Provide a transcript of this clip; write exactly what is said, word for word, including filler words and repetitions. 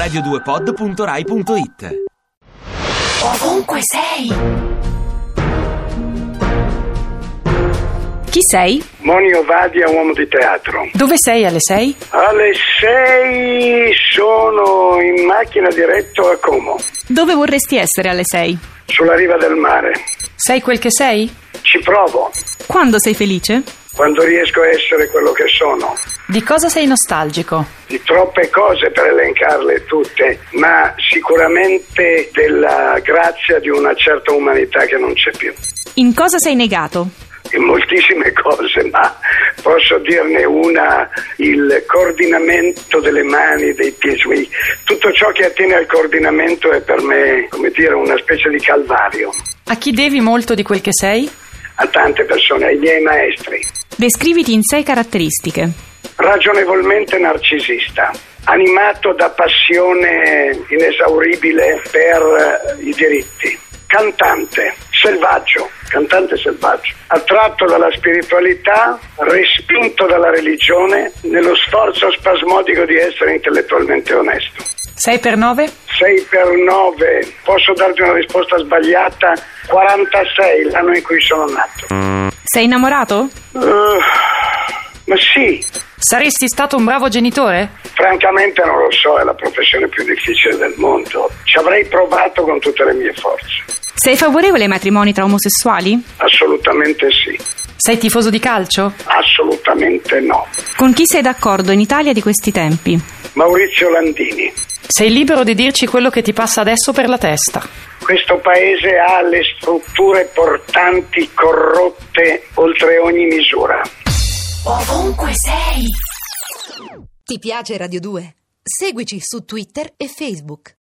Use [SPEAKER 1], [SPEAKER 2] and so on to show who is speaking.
[SPEAKER 1] radio due pod punto rai punto it.
[SPEAKER 2] Ovunque sei.
[SPEAKER 3] Chi sei?
[SPEAKER 4] Moni Ovadia, uomo di teatro.
[SPEAKER 3] Dove sei alle sei?
[SPEAKER 4] Alle sei sono in macchina diretto a Como,
[SPEAKER 3] Dove vorresti essere alle sei?
[SPEAKER 4] sulla riva del mare.
[SPEAKER 3] Sei quel che sei?
[SPEAKER 4] Ci provo,
[SPEAKER 3] Quando sei felice?
[SPEAKER 4] quando riesco a essere quello che sono.
[SPEAKER 3] Di cosa sei nostalgico?
[SPEAKER 4] Di troppe cose per elencarle tutte, ma sicuramente della grazia di una certa umanità che non c'è più.
[SPEAKER 3] In cosa sei negato?
[SPEAKER 4] In moltissime cose, ma posso dirne una: il coordinamento delle mani, dei piedi. Tutto ciò che attiene al coordinamento è per me, come dire, una specie di calvario.
[SPEAKER 3] A chi devi molto di quel che sei?
[SPEAKER 4] A tante persone, ai miei maestri.
[SPEAKER 3] Descriviti in sei caratteristiche.
[SPEAKER 4] Ragionevolmente narcisista, animato da passione inesauribile per i diritti, cantante, selvaggio, cantante selvaggio, attratto dalla spiritualità, respinto dalla religione, nello sforzo spasmodico di essere intellettualmente onesto.
[SPEAKER 3] sei per nove?
[SPEAKER 4] sei per nove, posso darti una risposta sbagliata, quarantasei, l'anno in cui sono nato.
[SPEAKER 3] Sei innamorato?
[SPEAKER 4] Uh, ma sì,
[SPEAKER 3] Saresti stato un bravo genitore?
[SPEAKER 4] francamente non lo so, è la professione più difficile del mondo. Ci avrei provato con tutte le mie forze.
[SPEAKER 3] Sei favorevole ai matrimoni tra omosessuali?
[SPEAKER 4] Assolutamente sì,
[SPEAKER 3] Sei tifoso di calcio?
[SPEAKER 4] assolutamente no.
[SPEAKER 3] Con chi sei d'accordo in Italia di questi tempi?
[SPEAKER 4] Maurizio Landini.
[SPEAKER 3] Sei libero di dirci quello che ti passa adesso per la testa.
[SPEAKER 4] Questo paese ha le strutture portanti corrotte oltre ogni misura.
[SPEAKER 2] Ovunque sei.
[SPEAKER 5] Ti piace Radio due? Seguici su Twitter e Facebook.